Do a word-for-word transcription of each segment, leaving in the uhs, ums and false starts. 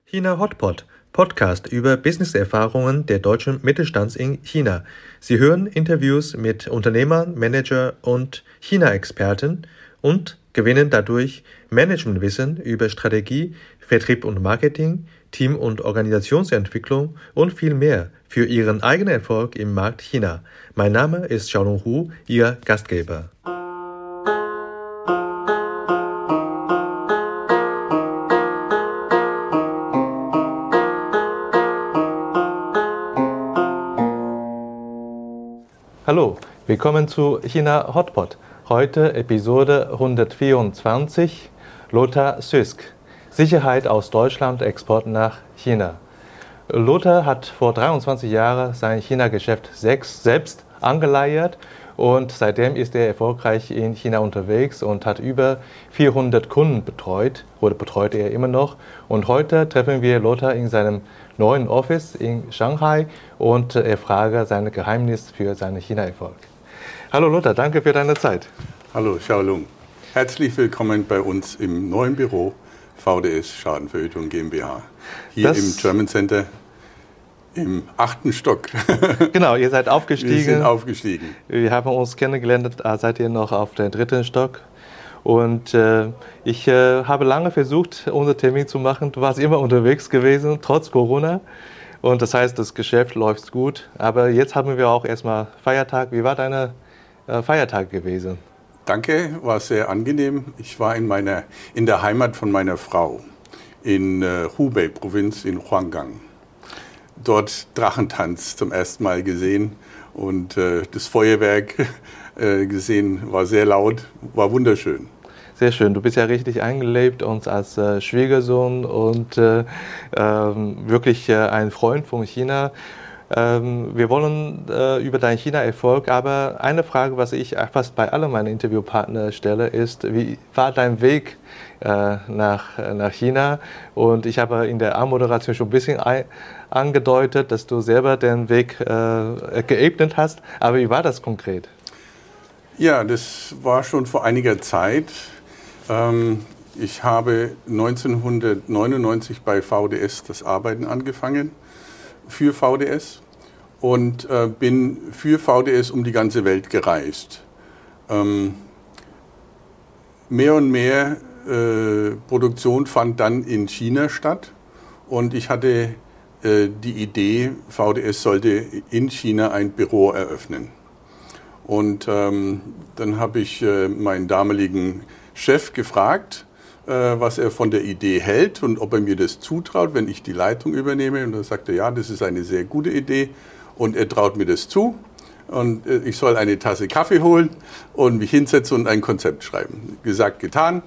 China Hotpot, Podcast über Business-Erfahrungen der deutschen Mittelstands in China. Sie hören Interviews mit Unternehmern, Manager und China-Experten und gewinnen dadurch Managementwissen über Strategie, Vertrieb und Marketing, Team- und Organisationsentwicklung und viel mehr für Ihren eigenen Erfolg im Markt China. Mein Name ist Xiaolong Hu, Ihr Gastgeber. Hallo, willkommen zu China Hotpot. Heute Episode hundertvierundzwanzig, Lothar Süsk. Sicherheit aus Deutschland, Export nach China. Lothar hat vor dreiundzwanzig Jahren sein China-Geschäft selbst angeleiert und seitdem ist er erfolgreich in China unterwegs und hat über vierhundert Kunden betreut oder betreut er immer noch. Und heute treffen wir Lothar in seinem neuen Office in Shanghai und er fragt sein Geheimnis für seinen China-Erfolg. Hallo Lothar, danke für deine Zeit. Hallo Xiaolong, herzlich willkommen bei uns im neuen Büro V D S Schadenverhütung GmbH. Hier das im German Center im achten Stock. Genau, ihr seid aufgestiegen. Wir sind aufgestiegen. Wir haben uns kennengelernt, da seid ihr noch auf dem dritten Stock. Und äh, ich äh, habe lange versucht, unseren Termin zu machen. Du warst immer unterwegs gewesen, trotz Corona. Und das heißt, das Geschäft läuft gut. Aber jetzt haben wir auch erstmal Feiertag. Wie war dein äh, Feiertag gewesen? Danke, war sehr angenehm. Ich war in, meiner, in der Heimat von meiner Frau in äh, Hubei-Provinz in Huanggang. Dort Drachentanz zum ersten Mal gesehen und äh, das Feuerwerk äh, gesehen, war sehr laut, war wunderschön. Sehr schön, du bist ja richtig eingelebt und als äh, Schwiegersohn und äh, ähm, wirklich äh, ein Freund von China. Ähm, wir wollen äh, über deinen China-Erfolg, aber eine Frage, was ich fast bei allen meinen Interviewpartnern stelle, ist, wie war dein Weg äh, nach, nach China? Und ich habe in der Anmoderation schon ein bisschen ein, angedeutet, dass du selber den Weg äh, geebnet hast, aber wie war das konkret? Ja, das war schon vor einiger Zeit. Ähm, ich habe neunzehnhundertneunundneunzig bei V D S das Arbeiten angefangen. Für V D S und äh, bin für V D S um die ganze Welt gereist. Ähm, mehr und mehr äh, Produktion fand dann in China statt und ich hatte äh, die Idee, V D S sollte in China ein Büro eröffnen. Und ähm, dann habe ich äh, meinen damaligen Chef gefragt, was er von der Idee hält und ob er mir das zutraut, wenn ich die Leitung übernehme. Und er sagte, ja, das ist eine sehr gute Idee und er traut mir das zu. Und ich soll eine Tasse Kaffee holen und mich hinsetzen und ein Konzept schreiben. Gesagt, getan.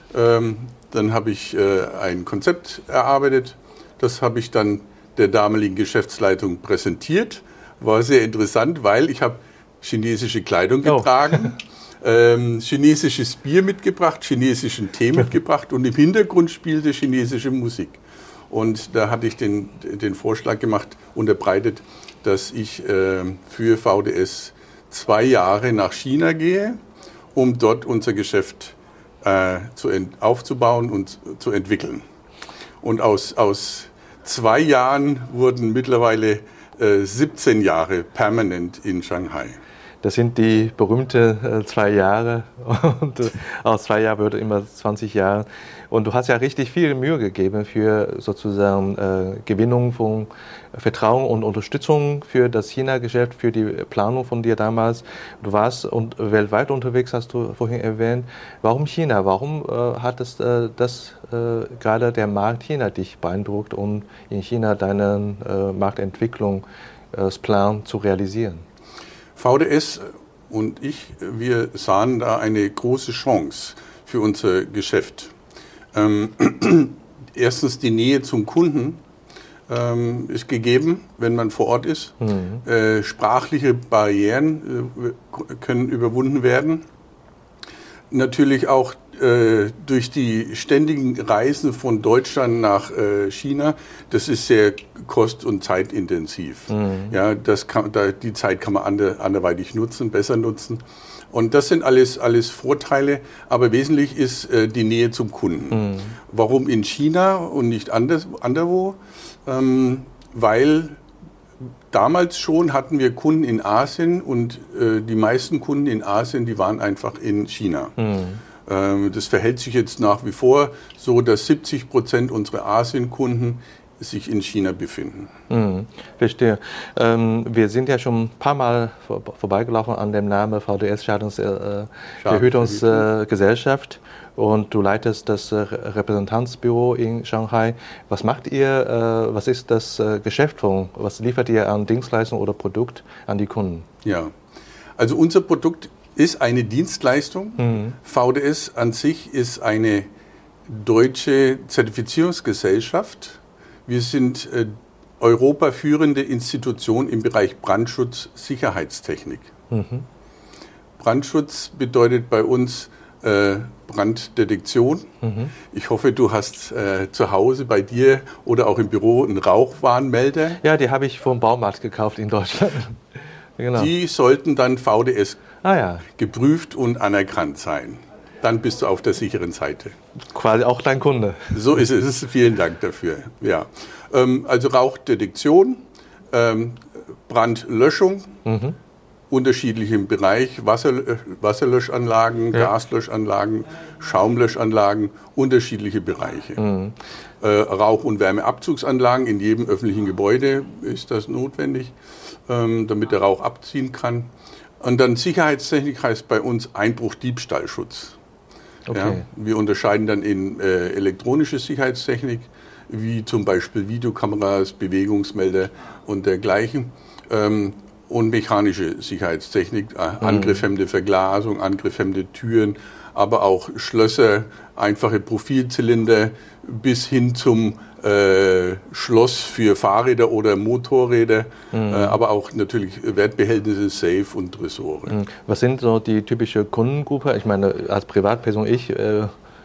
Dann habe ich ein Konzept erarbeitet. Das habe ich dann der damaligen Geschäftsleitung präsentiert. War sehr interessant, weil ich habe chinesische Kleidung getragen. Oh. Ähm, chinesisches Bier mitgebracht, chinesischen Tee mitgebracht und im Hintergrund spielte chinesische Musik. Und da hatte ich den, den Vorschlag gemacht, unterbreitet, dass ich äh, für V D S zwei Jahre nach China gehe, um dort unser Geschäft äh, zu ent- aufzubauen und zu entwickeln. Und aus, aus zwei Jahren wurden mittlerweile äh, siebzehn Jahre permanent in Shanghai. Das sind die berühmten äh, zwei Jahre und äh, aus zwei Jahren wird immer zwanzig Jahre. Und du hast ja richtig viel Mühe gegeben für sozusagen äh, Gewinnung von Vertrauen und Unterstützung für das China-Geschäft, für die Planung von dir damals. Du warst und weltweit unterwegs, hast du vorhin erwähnt. Warum China? Warum äh, hat es, äh, das äh, gerade der Markt China dich beeindruckt, um in China deine äh, Marktentwicklungsplan äh, zu realisieren? V D S und ich, wir sahen da eine große Chance für unser Geschäft. Ähm, erstens die Nähe zum Kunden ähm, ist gegeben, wenn man vor Ort ist. Mhm. Äh, sprachliche Barrieren äh, können überwunden werden. Natürlich auch äh, durch die ständigen Reisen von Deutschland nach äh, China, das ist sehr kost- und zeitintensiv. Mhm. Ja, das kann, da, die Zeit kann man ander, anderweitig nutzen, besser nutzen. Und das sind alles, alles Vorteile, aber wesentlich ist äh, die Nähe zum Kunden. Mhm. Warum in China und nicht anders, anderswo? Ähm, weil damals schon hatten wir Kunden in Asien und äh, die meisten Kunden in Asien, die waren einfach in China. Mhm. Ähm, das verhält sich jetzt nach wie vor so, dass siebzig Prozent unserer Asienkunden sich in China befinden. Mhm, verstehe. Ähm, wir sind ja schon ein paar Mal vor, vorbeigelaufen an dem Namen V D S Schadensverhütungsgesellschaft äh, und du leitest das äh, Repräsentanzbüro in Shanghai. Was macht ihr? Äh, was ist das äh, Geschäft von? Was liefert ihr an Dienstleistung oder Produkt an die Kunden? Ja, also unser Produkt ist eine Dienstleistung. Mhm. V D S an sich ist eine deutsche Zertifizierungsgesellschaft. Wir sind äh, Europa führende Institution im Bereich Brandschutz, Sicherheitstechnik. Mhm. Brandschutz bedeutet bei uns äh, Branddetektion. Mhm. Ich hoffe, du hast äh, zu Hause bei dir oder auch im Büro einen Rauchwarnmelder. Ja, die habe ich vom Baumarkt gekauft in Deutschland. Genau. Die sollten dann V D S ah, ja. geprüft und anerkannt sein. Dann bist du auf der sicheren Seite. Quasi auch dein Kunde. So ist es. Vielen Dank dafür. Ja. Ähm, also Rauchdetektion, ähm, Brandlöschung, mhm. unterschiedlich im Bereich, Wasser, Wasserlöschanlagen, ja. Gaslöschanlagen, Schaumlöschanlagen, unterschiedliche Bereiche. Mhm. Äh, Rauch- und Wärmeabzugsanlagen in jedem öffentlichen Gebäude ist das notwendig, ähm, damit der Rauch abziehen kann. Und dann Sicherheitstechnik heißt bei uns Einbruch, Diebstahlschutz. Okay. Ja, wir unterscheiden dann in äh, elektronische Sicherheitstechnik, wie zum Beispiel Videokameras, Bewegungsmelder und dergleichen, ähm, und mechanische Sicherheitstechnik, äh, mhm. angriffhemmende Verglasung, angriffhemmende Türen, aber auch Schlösser, einfache Profilzylinder bis hin zum äh, Schloss für Fahrräder oder Motorräder, mhm. äh, aber auch natürlich Wertbehältnisse, Safe und Tresore. Mhm. Was sind so die typische Kundengruppe? Ich meine, als Privatperson, ich, äh,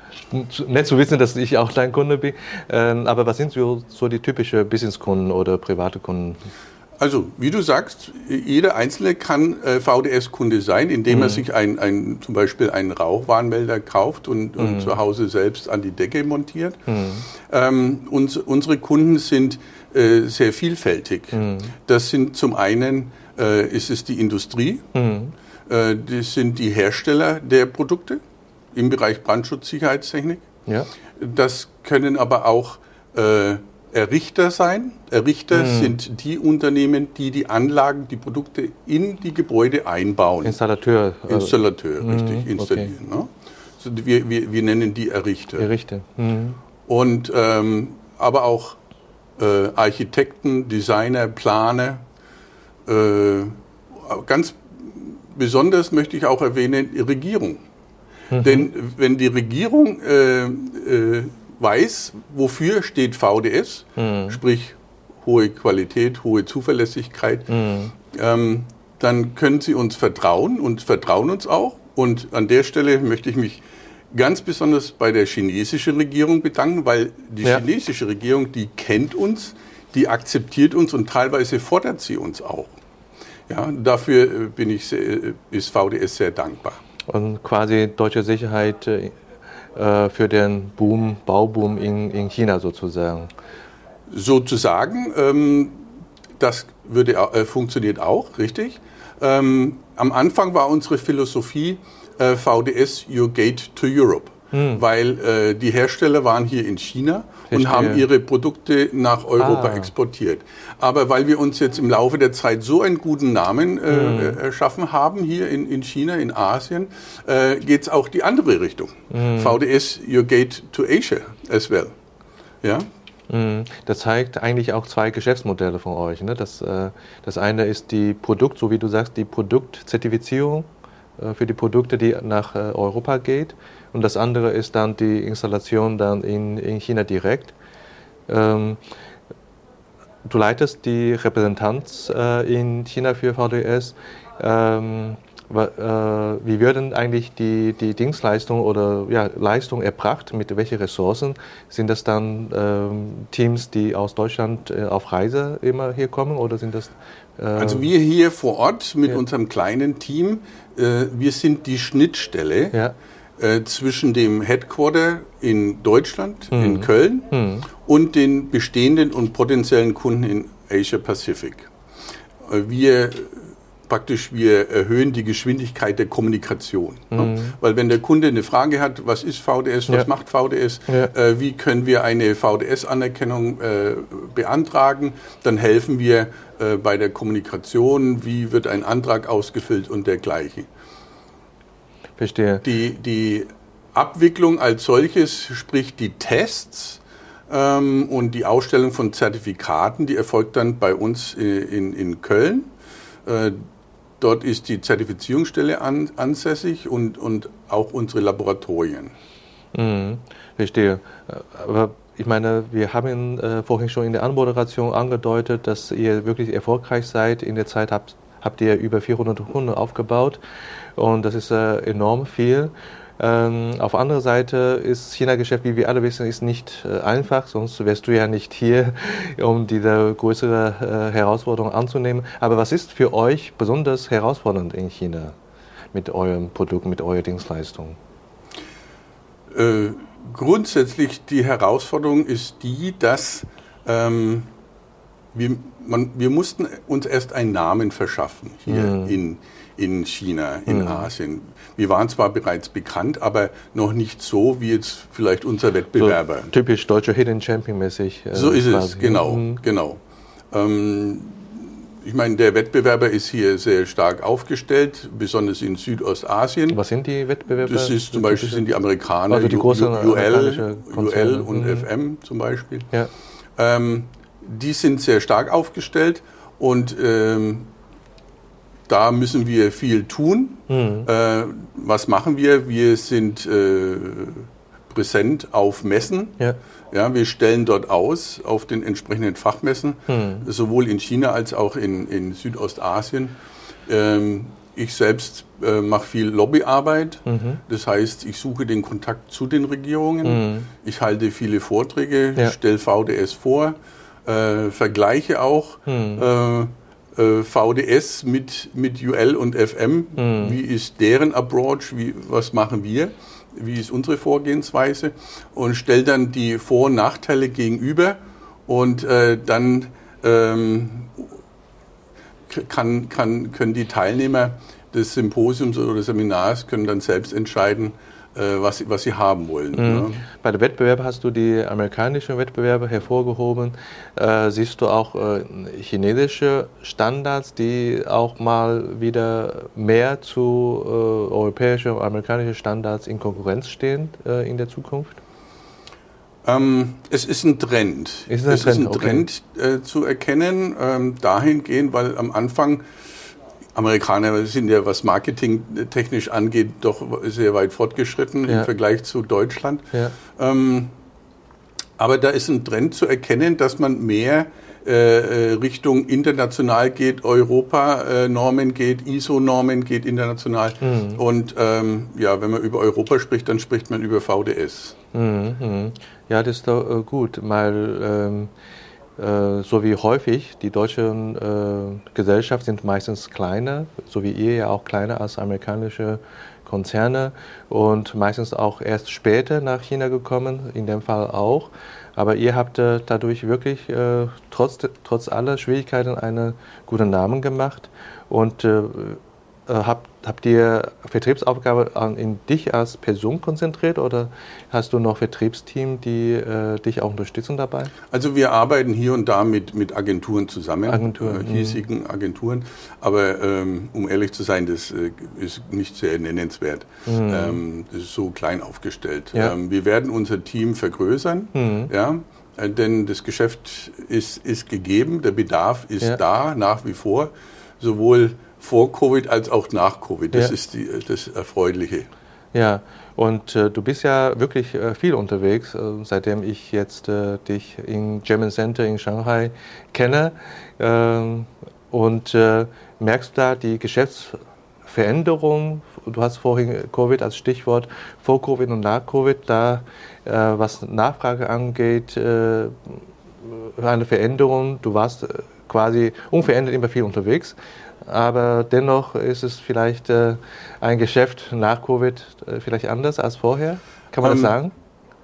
nett zu wissen, dass ich auch dein Kunde bin, äh, aber was sind so, so die typischen Businesskunden oder private Kunden? Also, wie du sagst, jeder Einzelne kann äh, V D S-Kunde sein, indem mhm. er sich ein, ein, zum Beispiel einen Rauchwarnmelder kauft und, und mhm. zu Hause selbst an die Decke montiert. Mhm. Ähm, uns, unsere Kunden sind äh, sehr vielfältig. Mhm. Das sind zum einen äh, ist es die Industrie, mhm. äh, das sind die Hersteller der Produkte im Bereich Brandschutz, Sicherheitstechnik. Ja. Das können aber auch äh, Errichter sein. Errichter mhm. sind die Unternehmen, die die Anlagen, die Produkte in die Gebäude einbauen. Installateur. Installateur, mhm. richtig, installieren. Okay. Ne? Also wir, wir, wir nennen die Errichter. Errichter. Mhm. Und, ähm, aber auch äh, Architekten, Designer, Planer. Äh, ganz besonders möchte ich auch erwähnen, die Regierung. Mhm. Denn wenn die Regierung äh, äh, weiß, wofür steht V D S, mhm. sprich hohe Qualität, hohe Zuverlässigkeit, mhm. ähm, dann können sie uns vertrauen und vertrauen uns auch. Und an der Stelle möchte ich mich ganz besonders bei der chinesischen Regierung bedanken, weil die ja. chinesische Regierung, die kennt uns, die akzeptiert uns und teilweise fordert sie uns auch. Ja, dafür bin ich sehr, ist V D S sehr dankbar. Und quasi deutsche Sicherheit äh, für den Boom, Bauboom in, in China sozusagen. Sozusagen, ähm, das würde, äh, funktioniert auch, richtig. Ähm, am Anfang war unsere Philosophie äh, V D S Your Gate to Europe, hm. weil äh, die Hersteller waren hier in China Verstehe. und haben ihre Produkte nach Europa ah. exportiert. Aber weil wir uns jetzt im Laufe der Zeit so einen guten Namen äh, hm. erschaffen haben hier in, in China, in Asien, äh, geht es auch die andere Richtung. Hm. V D S Your Gate to Asia as well. Ja? Das zeigt eigentlich auch zwei Geschäftsmodelle von euch. Ne? Das, äh, das eine ist die Produkt, so wie du sagst, die Produktzertifizierung äh, für die Produkte, die nach äh, Europa geht. Und das andere ist dann die Installation dann in, in China direkt. Ähm, du leitest die Repräsentanz äh, in China für V D S. Ähm, Wie werden eigentlich die, die Dienstleistungen oder ja, Leistungen erbracht? Mit welchen Ressourcen? Sind das dann ähm, Teams, die aus Deutschland äh, auf Reise immer hier kommen oder sind das? Äh also wir hier vor Ort mit ja. unserem kleinen Team, äh, wir sind die Schnittstelle ja. äh, zwischen dem Headquarter in Deutschland, mhm. in Köln, mhm. und den bestehenden und potenziellen Kunden in Asia Pacific. Äh, wir Praktisch, wir erhöhen die Geschwindigkeit der Kommunikation. Mhm. Ne? Weil wenn der Kunde eine Frage hat, was ist V D S, was ja. macht V D S, ja. äh, wie können wir eine V D S-Anerkennung äh, beantragen, dann helfen wir äh, bei der Kommunikation, wie wird ein Antrag ausgefüllt und dergleichen. Verstehe. Die, die Abwicklung als solches, sprich die Tests ähm, und die Ausstellung von Zertifikaten, die erfolgt dann bei uns in, in Köln. Äh, Dort ist die Zertifizierungsstelle an, ansässig und, und auch unsere Laboratorien. Mhm, verstehe. Aber ich meine, wir haben äh, vorhin schon in der Anmoderation angedeutet, dass ihr wirklich erfolgreich seid. In der Zeit habt, habt ihr über vierhundert Kunden aufgebaut und das ist äh, enorm viel. Ähm, auf der anderen Seite ist China-Geschäft, wie wir alle wissen, ist nicht äh, einfach, sonst wärst du ja nicht hier, um diese größere äh, Herausforderung anzunehmen. Aber was ist für euch besonders herausfordernd in China mit eurem Produkt, mit eurer Dienstleistung? Äh, grundsätzlich die Herausforderung ist die, dass ähm, wir, man, wir mussten uns erst einen Namen verschaffen hier mhm. in in China, in mhm. Asien. Wir waren zwar bereits bekannt, aber noch nicht so wie jetzt vielleicht unser Wettbewerber. So typisch deutscher Hidden Champion mäßig. Äh, so ist quasi. es, genau, mhm. genau. Ähm, ich meine, der Wettbewerber ist hier sehr stark aufgestellt, besonders in Südostasien. Was sind die Wettbewerber? Das ist zum Beispiel sind die Amerikaner, also die großen U L, U L und mhm. F M zum Beispiel. Ja. Ähm, die sind sehr stark aufgestellt und ähm, da müssen wir viel tun. Mhm. Äh, was machen wir? Wir sind äh, präsent auf Messen. Ja. Ja, wir stellen dort aus auf den entsprechenden Fachmessen, mhm. sowohl in China als auch in, in Südostasien. Ähm, ich selbst äh, mache viel Lobbyarbeit. Mhm. Das heißt, ich suche den Kontakt zu den Regierungen. Mhm. Ich halte viele Vorträge, ja. stelle V D S vor, äh, vergleiche auch. Mhm. Äh, V D S mit, mit U L und F M, mhm. wie ist deren Approach, wie, was machen wir, wie ist unsere Vorgehensweise und stelle dann die Vor- und Nachteile gegenüber und äh, dann ähm, kann, kann, können die Teilnehmer des Symposiums oder des Seminars können dann selbst entscheiden, Was, was sie haben wollen. Mhm. Ne? Bei den Wettbewerben hast du die amerikanischen Wettbewerbe hervorgehoben. Äh, siehst du auch äh, chinesische Standards, die auch mal wieder mehr zu äh, europäischen und amerikanischen Standards in Konkurrenz stehen äh, in der Zukunft? Ähm, es ist ein Trend. Ist ein es Trend? ist ein Trend okay. äh, zu erkennen, ähm, dahingehend, weil am Anfang Amerikaner sind ja, was Marketing technisch angeht, doch sehr weit fortgeschritten ja. im Vergleich zu Deutschland. Ja. Ähm, aber da ist ein Trend zu erkennen, dass man mehr äh, Richtung international geht, Europa-Normen geht, I S O-Normen geht international. Mhm. Und ähm, ja, wenn man über Europa spricht, dann spricht man über V D S. Mhm. Ja, das ist doch äh, gut, weil ähm, so wie häufig, die deutschen äh, Gesellschaften sind meistens kleiner, so wie ihr ja auch kleiner als amerikanische Konzerne und meistens auch erst später nach China gekommen, in dem Fall auch. Aber ihr habt äh, dadurch wirklich äh, trotz, trotz aller Schwierigkeiten einen guten Namen gemacht und äh, habt, habt ihr Vertriebsaufgabe an, in dich als Person konzentriert oder hast du noch Vertriebsteam, die äh, dich auch unterstützen dabei? Also wir arbeiten hier und da mit, mit Agenturen zusammen, Agenturen, äh, hiesigen mh. Agenturen, aber ähm, um ehrlich zu sein, das äh, ist nicht sehr nennenswert. Mhm. Ähm, das ist so klein aufgestellt. Ja. Ähm, wir werden unser Team vergrößern, mhm. ja, äh, denn das Geschäft ist, ist gegeben, der Bedarf ist ja. da nach wie vor, sowohl vor Covid als auch nach Covid. Das ja. ist die, das Erfreuliche. Ja, und äh, du bist ja wirklich äh, viel unterwegs, äh, seitdem ich jetzt äh, dich im German Center in Shanghai kenne. Äh, und äh, merkst du da die Geschäfts Veränderungen? Du hast vorhin Covid als Stichwort, vor Covid und nach Covid, da äh, was Nachfrage angeht, äh, eine Veränderung. Du warst äh, quasi unverändert immer viel unterwegs, aber dennoch ist es vielleicht äh, ein Geschäft nach Covid äh, vielleicht anders als vorher. Kann man ähm, das sagen?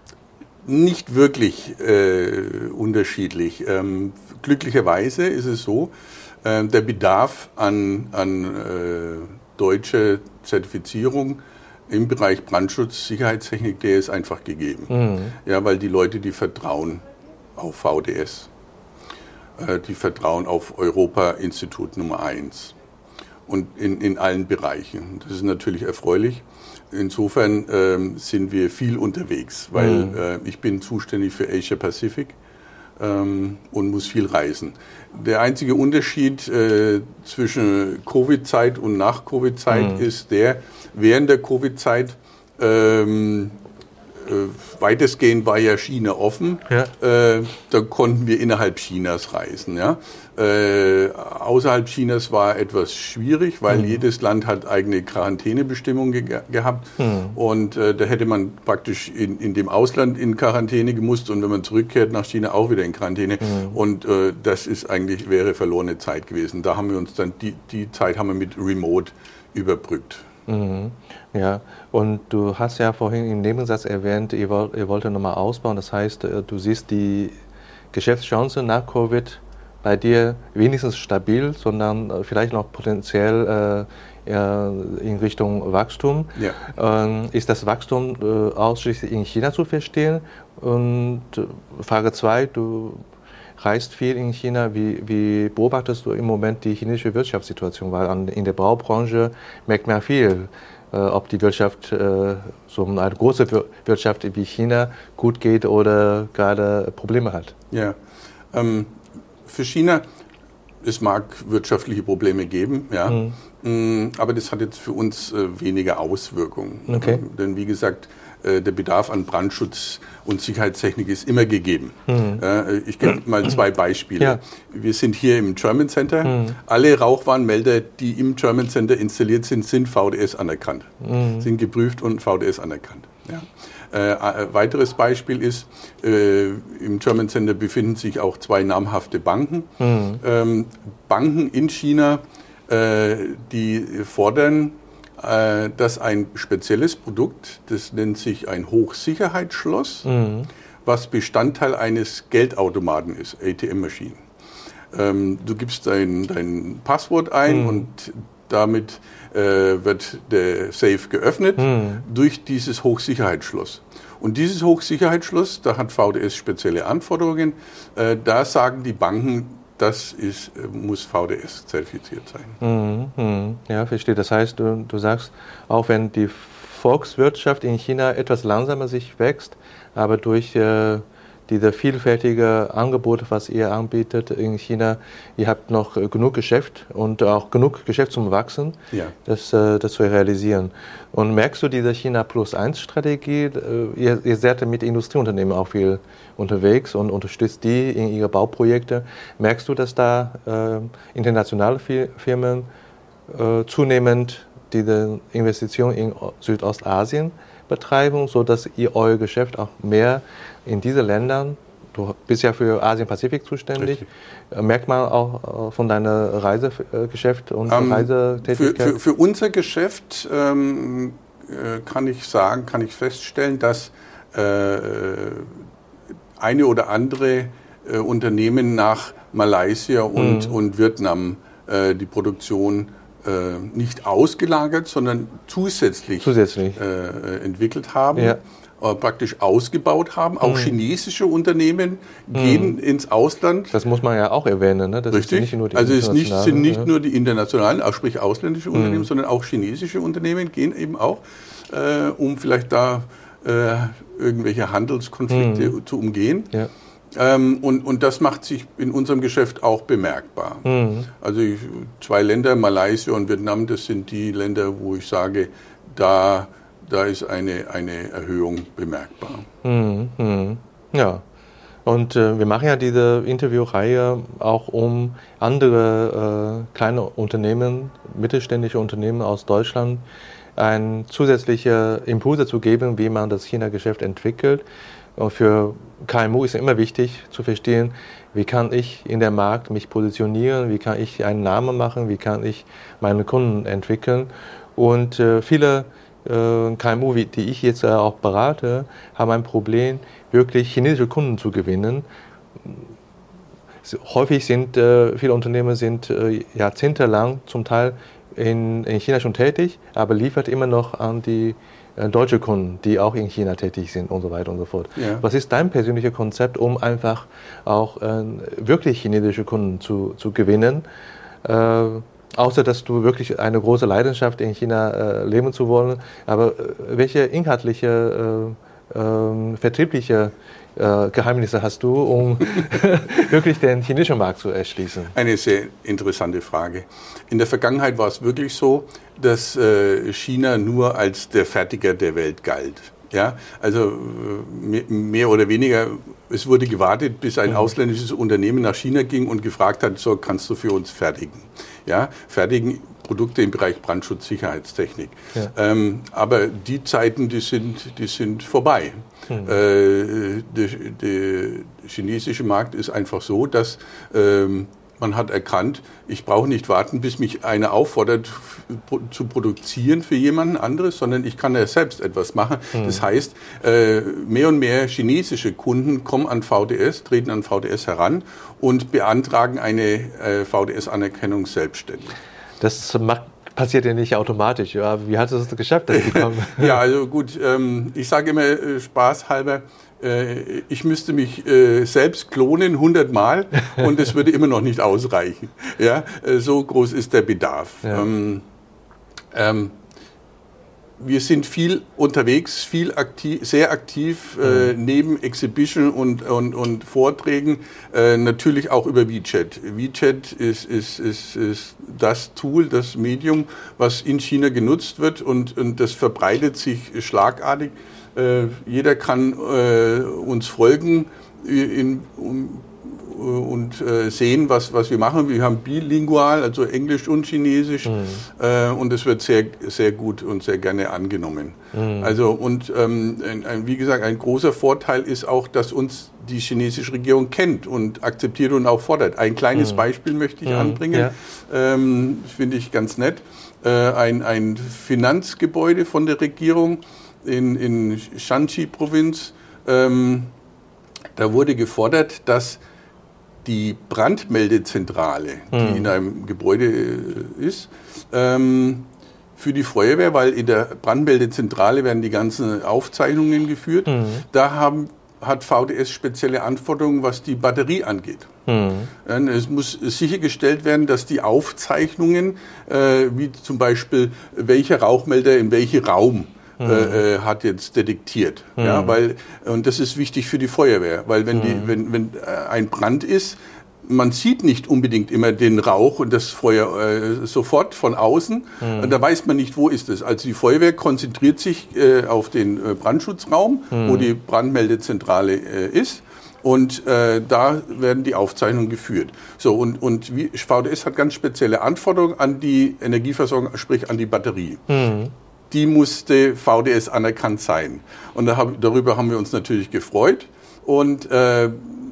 Nicht wirklich äh, unterschiedlich. Ähm, glücklicherweise ist es so, äh, der Bedarf an, an äh, deutsche Zertifizierung im Bereich Brandschutz, Sicherheitstechnik, der ist einfach gegeben. Mhm. Ja, weil die Leute, die vertrauen auf V D S, äh, die vertrauen auf Europa-Institut Nummer eins und in, in allen Bereichen. Das ist natürlich erfreulich. Insofern ähm, sind wir viel unterwegs, weil mhm. äh, ich bin zuständig für Asia Pacific ähm, und muss viel reisen. Der einzige Unterschied äh, zwischen Covid-Zeit und nach Covid-Zeit mhm. ist der, während der Covid-Zeit ähm, äh, weitestgehend war ja China offen, ja. äh, da konnten wir innerhalb Chinas reisen. Ja? Äh, außerhalb Chinas war etwas schwierig, weil mhm. jedes Land hat eigene Quarantänebestimmungen ge gehabt mhm. und äh, da hätte man praktisch in, in dem Ausland in Quarantäne gemusst und wenn man zurückkehrt nach China auch wieder in Quarantäne mhm. und äh, das ist eigentlich, wäre verlorene Zeit gewesen. Da haben wir uns dann, die, die Zeit haben wir mit Remote überbrückt. Mhm. Ja, und du hast ja vorhin im Nebensatz erwähnt, ihr wollt, ihr wollt nochmal ausbauen, das heißt, du siehst die Geschäftschancen nach Covid bei dir wenigstens stabil, sondern vielleicht noch potenziell äh, in Richtung Wachstum. Ja. Ähm, ist das Wachstum äh, ausschließlich in China zu verstehen? Und Frage zwei, du reist viel in China. Wie, wie beobachtest du im Moment die chinesische Wirtschaftssituation? Weil an, in der Baubranche merkt man viel, äh, ob die Wirtschaft, äh, so eine große Wirtschaft wie China, gut geht oder gerade Probleme hat. Ja, ähm, für China, es mag wirtschaftliche Probleme geben, ja, mhm. aber das hat jetzt für uns äh, weniger Auswirkungen. Okay. Ähm, denn wie gesagt, äh, der Bedarf an Brandschutz und Sicherheitstechnik ist immer gegeben. Mhm. Äh, ich gebe mal zwei Beispiele. Ja. Wir sind hier im German Center. Mhm. Alle Rauchwarnmelder, die im German Center installiert sind, sind V D S anerkannt, mhm. sind geprüft und V D S anerkannt. Ja. Äh, ein weiteres Beispiel ist, äh, im German Center befinden sich auch zwei namhafte Banken. Mhm. Ähm, Banken in China, äh, die fordern, äh, dass ein spezielles Produkt, das nennt sich ein Hochsicherheitsschloss, mhm. was Bestandteil eines Geldautomaten ist, A T M-Maschinen. Ähm, du gibst dein, dein Passwort ein mhm. und damit äh, wird der Safe geöffnet mhm. durch dieses Hochsicherheitsschloss. Und dieses Hochsicherheitsschloss, da hat V D S spezielle Anforderungen. Äh, da sagen die Banken, das ist, muss V D S zertifiziert sein. Mhm. Ja, verstehe. Das heißt, du, du sagst, auch wenn die Volkswirtschaft in China etwas langsamer sich wächst, aber durch äh, diese vielfältige Angebote, was ihr anbietet in China, ihr habt noch genug Geschäft und auch genug Geschäft zum Wachsen, ja. das, das zu realisieren. Und merkst du diese China Plus eins Strategie? Ihr, ihr seid mit Industrieunternehmen auch viel unterwegs und unterstützt die in ihre Bauprojekte. Merkst du, dass da äh, internationale Firmen äh, zunehmend diese Investitionen in Südostasien betreiben, sodass ihr euer Geschäft auch mehr in diese Ländern, du bist ja für Asien-Pazifik zuständig, Richtig. Merkt man auch von deiner Reisegeschäft und ähm, Reisetätigkeit? Für, für, für unser Geschäft ähm, kann ich sagen, kann ich feststellen, dass äh, eine oder andere äh, Unternehmen nach Malaysia und, mhm. und Vietnam äh, die Produktion äh, nicht ausgelagert, sondern zusätzlich, zusätzlich. Äh, entwickelt haben. Ja. Praktisch ausgebaut haben. Auch mhm. chinesische Unternehmen gehen mhm. ins Ausland. Das muss man ja auch erwähnen. Ne? Das Richtig. Ist nicht nur die also es nicht, sind nicht ja. nur die internationalen, auch sprich ausländische mhm. Unternehmen, sondern auch chinesische Unternehmen gehen eben auch, äh, um vielleicht da äh, irgendwelche Handelskonflikte mhm. zu umgehen. Ja. Ähm, und, und das macht sich in unserem Geschäft auch bemerkbar. Mhm. Also ich, zwei Länder, Malaysia und Vietnam, das sind die Länder, wo ich sage, da Da ist eine, eine Erhöhung bemerkbar. Hm, hm. Ja, Und äh, wir machen ja diese Interviewreihe auch, um andere äh, kleine Unternehmen, mittelständische Unternehmen aus Deutschland ein zusätzliche Impulse zu geben, wie man das China-Geschäft entwickelt. Und für K M U ist es immer wichtig zu verstehen, wie kann ich in der Markt mich positionieren, wie kann ich einen Namen machen, wie kann ich meine Kunden entwickeln. Und äh, viele äh, K M U, die ich jetzt äh, auch berate, haben ein Problem, wirklich chinesische Kunden zu gewinnen. Häufig sind äh, viele Unternehmen sind äh, jahrzehntelang zum Teil in, in China schon tätig, aber liefert immer noch an die äh, deutsche Kunden, die auch in China tätig sind und so weiter und so fort. Ja. Was ist dein persönliches Konzept, um einfach auch äh, wirklich chinesische Kunden zu, zu gewinnen? Äh, außer, dass du wirklich eine große Leidenschaft in China äh, leben zu wollen, aber äh, welche inhaltliche, äh, äh, vertriebliche äh, Geheimnisse hast du, um wirklich den chinesischen Markt zu erschließen? Eine sehr interessante Frage. In der Vergangenheit war es wirklich so, dass äh, China nur als der Fertiger der Welt galt. Ja, also äh, mehr oder weniger, es wurde gewartet, bis ein mhm. ausländisches Unternehmen nach China ging und gefragt hat, so kannst du für uns fertigen. Ja, fertigen Produkte im Bereich Brandschutz, Sicherheitstechnik. Ja. Ähm, aber die Zeiten, die sind, die sind vorbei. Mhm. Äh, der, der chinesische Markt ist einfach so, dass ähm, man hat erkannt, ich brauche nicht warten, bis mich einer auffordert zu produzieren für jemanden anderes, sondern ich kann ja selbst etwas machen. Mhm. Das heißt, mehr und mehr chinesische Kunden kommen an V D S, treten an V D S heran und beantragen eine V D S-Anerkennung selbstständig. Das macht passiert ja nicht automatisch. Ja, wie hat es das geschafft, dass die kommen? Ja, also gut, ich sage immer spaßhalber, ich müsste mich äh, selbst klonen hundertmal und es würde immer noch nicht ausreichen. Ja, so groß ist der Bedarf. Ja. Ähm, ähm, wir sind viel unterwegs, viel aktiv, sehr aktiv, äh, mhm. neben Exhibition und, und, und Vorträgen, äh, natürlich auch über WeChat. WeChat ist, ist, ist, ist das Tool, das Medium, was in China genutzt wird und, und das verbreitet sich schlagartig. Äh, jeder kann äh, uns folgen in, um, und äh, sehen, was, was wir machen. Wir haben bilingual, also Englisch und Chinesisch, mhm. äh, und es wird sehr, sehr gut und sehr gerne angenommen. Mhm. Also und ähm, ein, ein, wie gesagt, ein großer Vorteil ist auch, dass uns die chinesische Regierung kennt und akzeptiert und auch fordert. Ein kleines mhm. Beispiel möchte ich mhm. anbringen, ja. ähm, finde ich ganz nett. Äh, ein, ein Finanzgebäude von der Regierung in, in Shanxi-Provinz, ähm, da wurde gefordert, dass die Brandmeldezentrale, die mhm. in einem Gebäude ist, ähm, für die Feuerwehr, weil in der Brandmeldezentrale werden die ganzen Aufzeichnungen geführt, mhm. da haben, hat V D S spezielle Anforderungen, was die Batterie angeht. Mhm. Es muss sichergestellt werden, dass die Aufzeichnungen, äh, wie zum Beispiel welcher Rauchmelder in welchem Raum Äh, hat jetzt detektiert, mhm. ja, weil und das ist wichtig für die Feuerwehr, weil wenn mhm. die, wenn wenn ein Brand ist, man sieht nicht unbedingt immer den Rauch und das Feuer äh, sofort von außen, mhm. da weiß man nicht, wo ist es. Also die Feuerwehr konzentriert sich äh, auf den äh, Brandschutzraum, mhm. wo die Brandmeldezentrale äh, ist. Und äh, da werden die Aufzeichnungen geführt. So, und, und wie, V D S hat ganz spezielle Anforderungen an die Energieversorgung, sprich an die Batterie. Mhm. Die musste V D S anerkannt sein. Und da hab, darüber haben wir uns natürlich gefreut. Und, äh,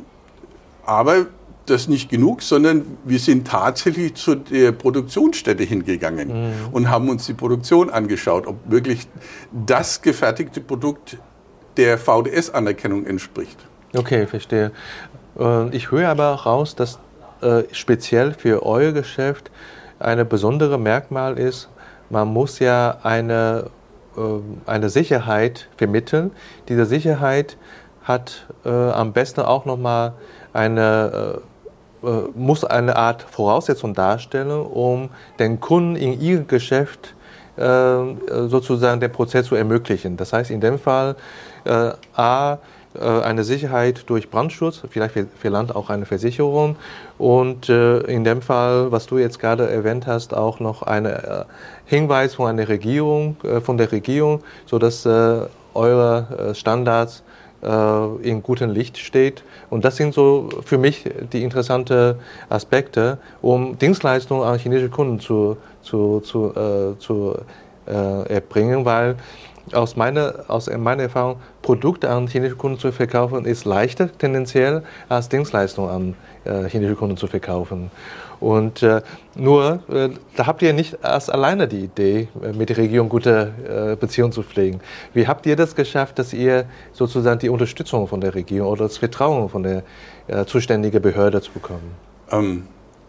aber das nicht genug, sondern wir sind tatsächlich zu der Produktionsstätte hingegangen mhm. und haben uns die Produktion angeschaut, ob wirklich das gefertigte Produkt der V D S-Anerkennung entspricht. Okay, verstehe. Ich höre aber auch raus, dass äh, speziell für euer Geschäft eine besondere Merkmal ist, man muss ja eine, äh, eine Sicherheit vermitteln. Diese Sicherheit hat äh, am besten auch nochmal eine, äh, muss eine Art Voraussetzung darstellen, um den Kunden in ihrem Geschäft äh, sozusagen den Prozess zu ermöglichen. Das heißt in dem Fall äh, A, eine Sicherheit durch Brandschutz, vielleicht für, für Land auch eine Versicherung und äh, in dem Fall, was du jetzt gerade erwähnt hast, auch noch ein äh, Hinweis von einer Regierung, äh, von der Regierung, sodass äh, eure äh, Standards äh, in gutem Licht steht. Und das sind so für mich die interessanten Aspekte, um Dienstleistungen an chinesische Kunden zu, zu, zu, äh, zu äh, erbringen, weil aus meiner, aus meiner Erfahrung, Produkte an chinesische Kunden zu verkaufen, ist leichter tendenziell als Dienstleistungen an äh, chinesische Kunden zu verkaufen. Und äh, nur, äh, da habt ihr nicht erst alleine die Idee, äh, mit der Regierung gute äh, Beziehungen zu pflegen. Wie habt ihr das geschafft, dass ihr sozusagen die Unterstützung von der Regierung oder das Vertrauen von der äh, zuständigen Behörde zu bekommen? Ähm,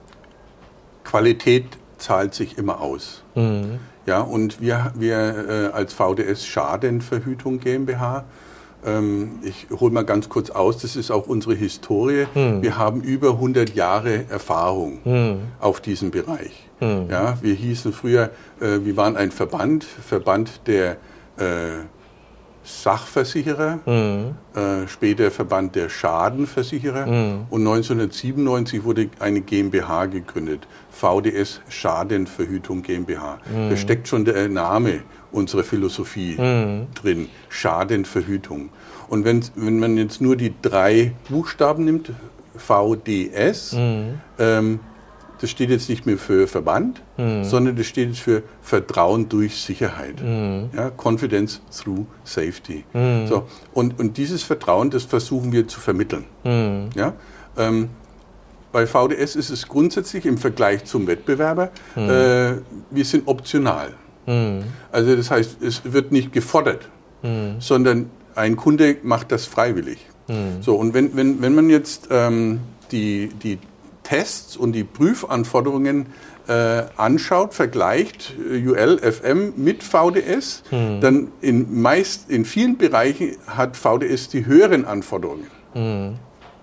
Qualität zahlt sich immer aus. Mhm. Ja, und wir, wir äh, als V D S Schadenverhütung GmbH, ähm, ich hole mal ganz kurz aus, das ist auch unsere Historie. Hm. Wir haben über hundert Jahre Erfahrung hm. auf diesem Bereich. Hm. Ja, wir hießen früher, äh, wir waren ein Verband, Verband der äh, Sachversicherer, mhm. äh, später Verband der Schadenversicherer mhm. und neunzehnhundertsiebenundneunzig wurde eine GmbH gegründet, V D S Schadenverhütung GmbH. Mhm. Da steckt schon der Name unserer Philosophie mhm. drin, Schadenverhütung. Und wenn, wenn man jetzt nur die drei Buchstaben nimmt, V D S, mhm. ähm, das steht jetzt nicht mehr für Verband, mhm. sondern das steht jetzt für Vertrauen durch Sicherheit. Mhm. Ja, Confidence through Safety. Mhm. So, und, und dieses Vertrauen, das versuchen wir zu vermitteln. Mhm. Ja, ähm, bei V D S ist es grundsätzlich im Vergleich zum Wettbewerber, mhm. äh, wir sind optional. Mhm. Also das heißt, es wird nicht gefordert, mhm. sondern ein Kunde macht das freiwillig. Mhm. So, und wenn, wenn, wenn man jetzt ähm, die, die Tests und die Prüfanforderungen äh, anschaut, vergleicht U L F M mit V D S, hm. dann in, meist, in vielen Bereichen hat V D S die höheren Anforderungen. Hm.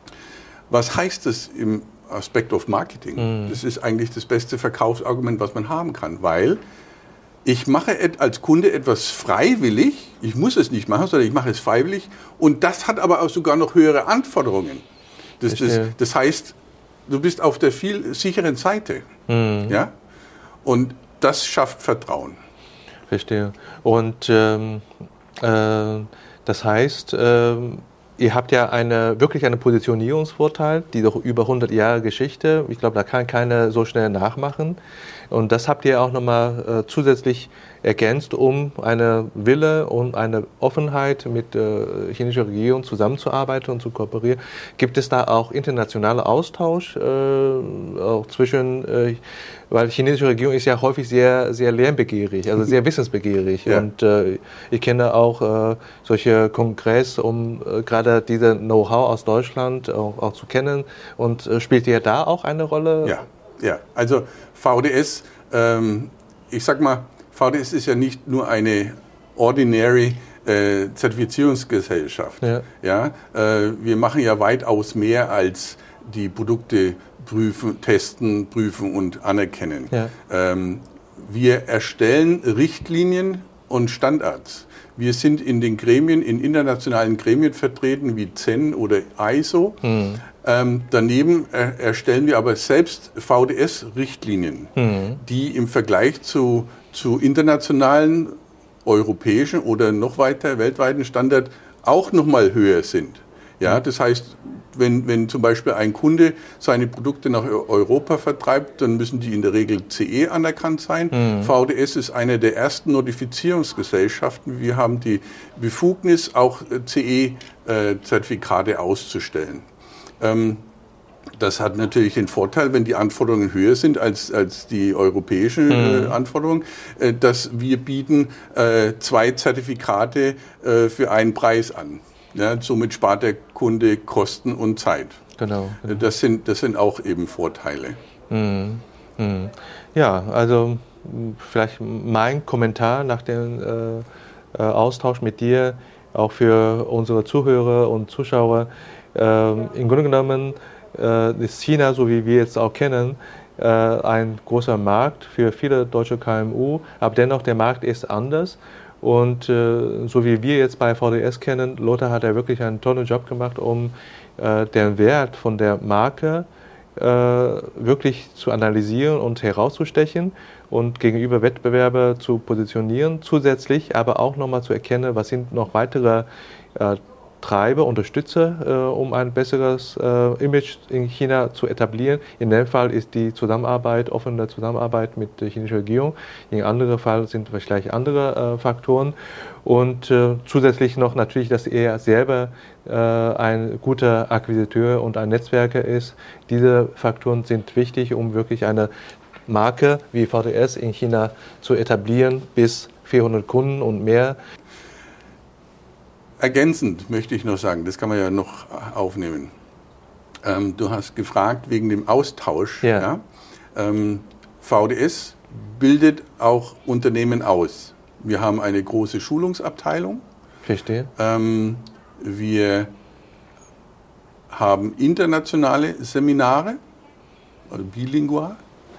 Was heißt das im Aspekt of Marketing? Hm. Das ist eigentlich das beste Verkaufsargument, was man haben kann, weil ich mache als Kunde etwas freiwillig, ich muss es nicht machen, sondern ich mache es freiwillig und das hat aber auch sogar noch höhere Anforderungen. Das, das, das heißt, du bist auf der viel sicheren Seite. Mhm. Ja? Und das schafft Vertrauen. Verstehe. Und ähm, äh, das heißt, äh, ihr habt ja eine, wirklich einen Positionierungsvorteil, die doch über hundert Jahre Geschichte, ich glaube, da kann keiner so schnell nachmachen. Und das habt ihr auch nochmal äh, zusätzlich ergänzt, um eine Wille und eine Offenheit mit der äh, chinesischen Regierung zusammenzuarbeiten und zu kooperieren. Gibt es da auch internationalen Austausch äh, auch zwischen, äh, weil die chinesische Regierung ist ja häufig sehr, sehr lernbegierig, also sehr wissensbegierig. Ja. Und äh, ich kenne auch äh, solche Kongresse, um äh, gerade diese Know-how aus Deutschland auch, auch zu kennen. Und äh, spielt ihr da auch eine Rolle? Ja, ja. Also V D S, ähm, ich sag mal, V D S ist ja nicht nur eine ordinary äh, Zertifizierungsgesellschaft. Ja. Ja, äh, wir machen ja weitaus mehr als die Produkte prüfen, testen, prüfen und anerkennen. Ja. Ähm, wir erstellen Richtlinien und Standards. Wir sind in den Gremien, in internationalen Gremien vertreten, wie C E N oder I S O. Mhm. Ähm, daneben er, erstellen wir aber selbst V D S-Richtlinien, mhm. die im Vergleich zu, zu internationalen, europäischen oder noch weiter weltweiten Standard auch nochmal höher sind. Ja, das heißt, wenn, wenn zum Beispiel ein Kunde seine Produkte nach Europa vertreibt, dann müssen die in der Regel C E anerkannt sein. Mhm. V D S ist eine der ersten Notifizierungsgesellschaften. Wir haben die Befugnis, auch C E-Zertifikate auszustellen. Ähm, das hat natürlich den Vorteil, wenn die Anforderungen höher sind als, als die europäischen äh, mhm. Anforderungen, äh, dass wir bieten äh, zwei Zertifikate äh, für einen Preis an. Ja, somit spart der Kunde Kosten und Zeit. Genau, genau. Das sind, das sind auch eben Vorteile. Mhm. Mhm. Ja, also vielleicht mein Kommentar nach dem äh, Austausch mit dir, auch für unsere Zuhörer und Zuschauer. Äh, Im Grunde genommen äh, ist China, so wie wir jetzt auch kennen, äh, ein großer Markt für viele deutsche K M U, aber dennoch der Markt ist anders. Und äh, so wie wir jetzt bei V D S kennen, Lothar hat ja wirklich einen tollen Job gemacht, um äh, den Wert von der Marke äh, wirklich zu analysieren und herauszustechen und gegenüber Wettbewerber zu positionieren, zusätzlich aber auch nochmal zu erkennen, was sind noch weitere äh, treibe, unterstütze, äh, um ein besseres äh, Image in China zu etablieren. In dem Fall ist die Zusammenarbeit, offene Zusammenarbeit mit der chinesischen Regierung. In anderen Fall sind vielleicht andere äh, Faktoren. Und äh, zusätzlich noch natürlich, dass er selber äh, ein guter Akquisiteur und ein Netzwerker ist. Diese Faktoren sind wichtig, um wirklich eine Marke wie V D S in China zu etablieren, bis vierhundert Kunden und mehr. Ergänzend möchte ich noch sagen, das kann man ja noch aufnehmen. Ähm, du hast gefragt wegen dem Austausch. Ja. Ja? Ähm, V D S bildet auch Unternehmen aus. Wir haben eine große Schulungsabteilung. Verstehe. Ähm, wir haben internationale Seminare, also bilingual.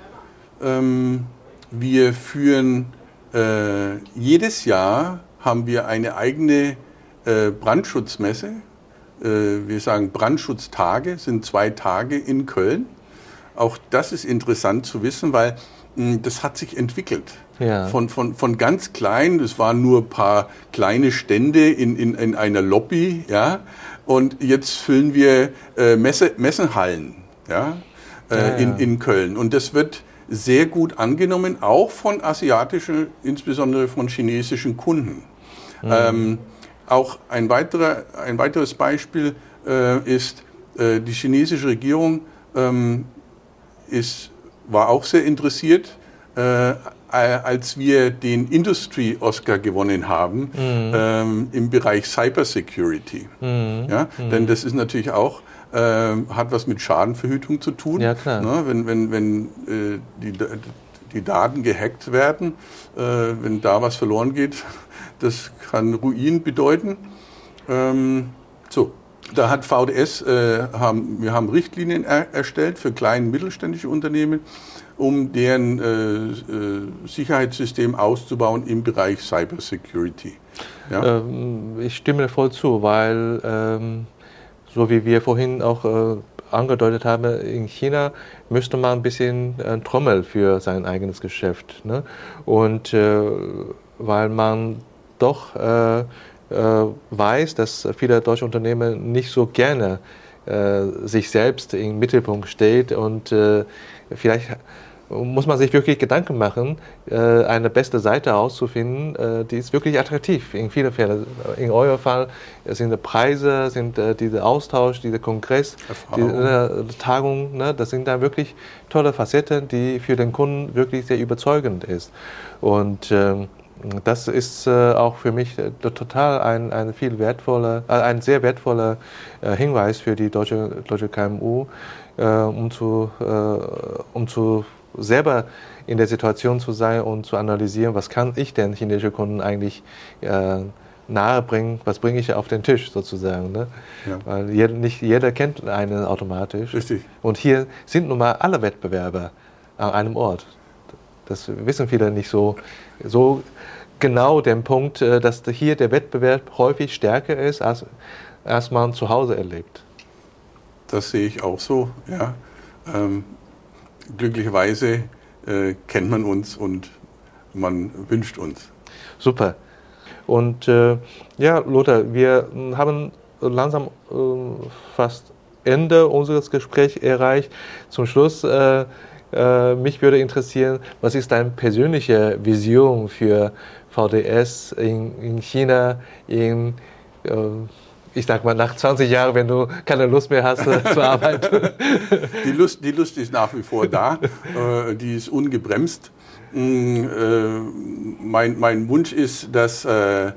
Ähm, wir führen äh, jedes Jahr haben wir eine eigene äh, Brandschutzmesse. Äh, wir sagen Brandschutztage, sind zwei Tage in Köln. Auch das ist interessant zu wissen, weil mh, das hat sich entwickelt. Ja. Von, von, von ganz klein, das waren nur ein paar kleine Stände in, in, in einer Lobby, ja, und jetzt füllen wir äh, Messe, Messenhallen, ja, äh, ja, ja. In, in Köln. Und das wird sehr gut angenommen, auch von asiatischen, insbesondere von chinesischen Kunden. Mhm. Ähm, auch ein, weiterer, ein weiteres Beispiel äh, ist, äh, die chinesische Regierung ähm, ist, war auch sehr interessiert, äh, als wir den Industry-Oscar gewonnen haben, mhm. ähm, im Bereich Cybersecurity. Mhm. Ja? Mhm. Denn das ist natürlich auch, äh, hat was mit Schadenverhütung zu tun. Ja, klar. Ne? Wenn, wenn, wenn äh, die, die Daten gehackt werden, äh, wenn da was verloren geht, das kann Ruin bedeuten. Ähm, so. Da hat V D S, äh, haben, wir haben Richtlinien er, erstellt für kleine und mittelständische Unternehmen, um deren äh, äh, Sicherheitssystem auszubauen im Bereich Cybersecurity. Ja? Ähm, ich stimme voll zu, weil, ähm, so wie wir vorhin auch äh, angedeutet haben, in China müsste man ein bisschen äh, Trommel für sein eigenes Geschäft. Ne? Und äh, weil man doch äh, äh, weiß, dass viele deutsche Unternehmen nicht so gerne äh, sich selbst im Mittelpunkt steht und äh, vielleicht muss man sich wirklich Gedanken machen, eine beste Seite auszufinden, die ist wirklich attraktiv in vielen Fällen. In eurem Fall sind die Preise, sind dieser Austausch, dieser Kongress, diese Tagung, ne, das sind da wirklich tolle Facetten, die für den Kunden wirklich sehr überzeugend ist. Und ähm, das ist äh, auch für mich äh, total ein, ein viel wertvoller, äh, ein sehr wertvoller äh, Hinweis für die deutsche, deutsche K M U, äh, um zu, äh, um zu selber in der Situation zu sein und zu analysieren, was kann ich denn chinesische Kunden eigentlich äh, nahebringen, was bringe ich auf den Tisch sozusagen. Ne? Ja. Weil jeder, nicht jeder kennt einen automatisch. Richtig. Und hier sind nun mal alle Wettbewerber an einem Ort. Das wissen viele nicht so, so genau den Punkt, dass hier der Wettbewerb häufig stärker ist, als, als man zu Hause erlebt. Das sehe ich auch so, ja. Ähm, glücklicherweise äh, kennt man uns und man wünscht uns. Super. Und äh, ja, Lothar, wir haben langsam äh, fast Ende unseres Gesprächs erreicht. Zum Schluss, äh, äh, mich würde interessieren, was ist deine persönliche Vision für V D S in, in China, in äh, ich sag mal, nach zwanzig Jahren, wenn du keine Lust mehr hast äh, zu arbeiten. Die Lust, die Lust ist nach wie vor da, äh, die ist ungebremst. Mm, äh, mein, mein Wunsch ist, dass äh,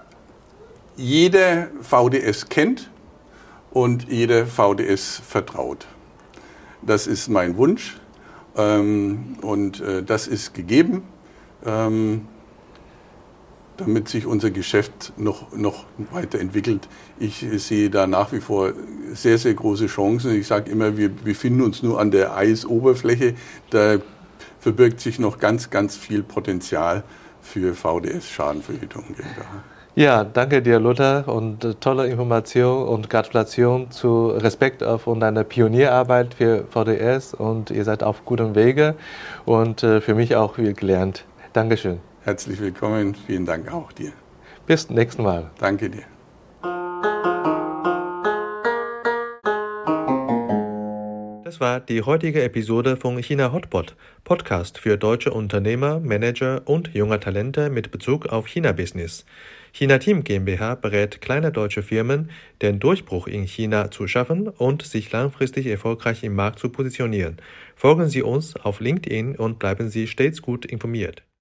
jeder V D S kennt und jeder V D S vertraut. Das ist mein Wunsch ähm, und äh, das ist gegeben. Ähm, damit sich unser Geschäft noch, noch weiterentwickelt. Ich sehe da nach wie vor sehr, sehr große Chancen. Ich sage immer, wir befinden uns nur an der Eisoberfläche. Da verbirgt sich noch ganz, ganz viel Potenzial für V D S Schadenverhütung GmbH. Ja, danke dir, Lothar, und äh, tolle Information und Gratulation zu Respekt auf und deiner Pionierarbeit für V D S. Und ihr seid auf gutem Wege und äh, für mich auch viel gelernt. Dankeschön. Herzlich willkommen, vielen Dank auch dir. Bis zum nächsten Mal. Danke dir. Das war die heutige Episode von China Hotpot, Podcast für deutsche Unternehmer, Manager und junge Talente mit Bezug auf China-Business. China Team GmbH berät kleine deutsche Firmen, den Durchbruch in China zu schaffen und sich langfristig erfolgreich im Markt zu positionieren. Folgen Sie uns auf LinkedIn und bleiben Sie stets gut informiert.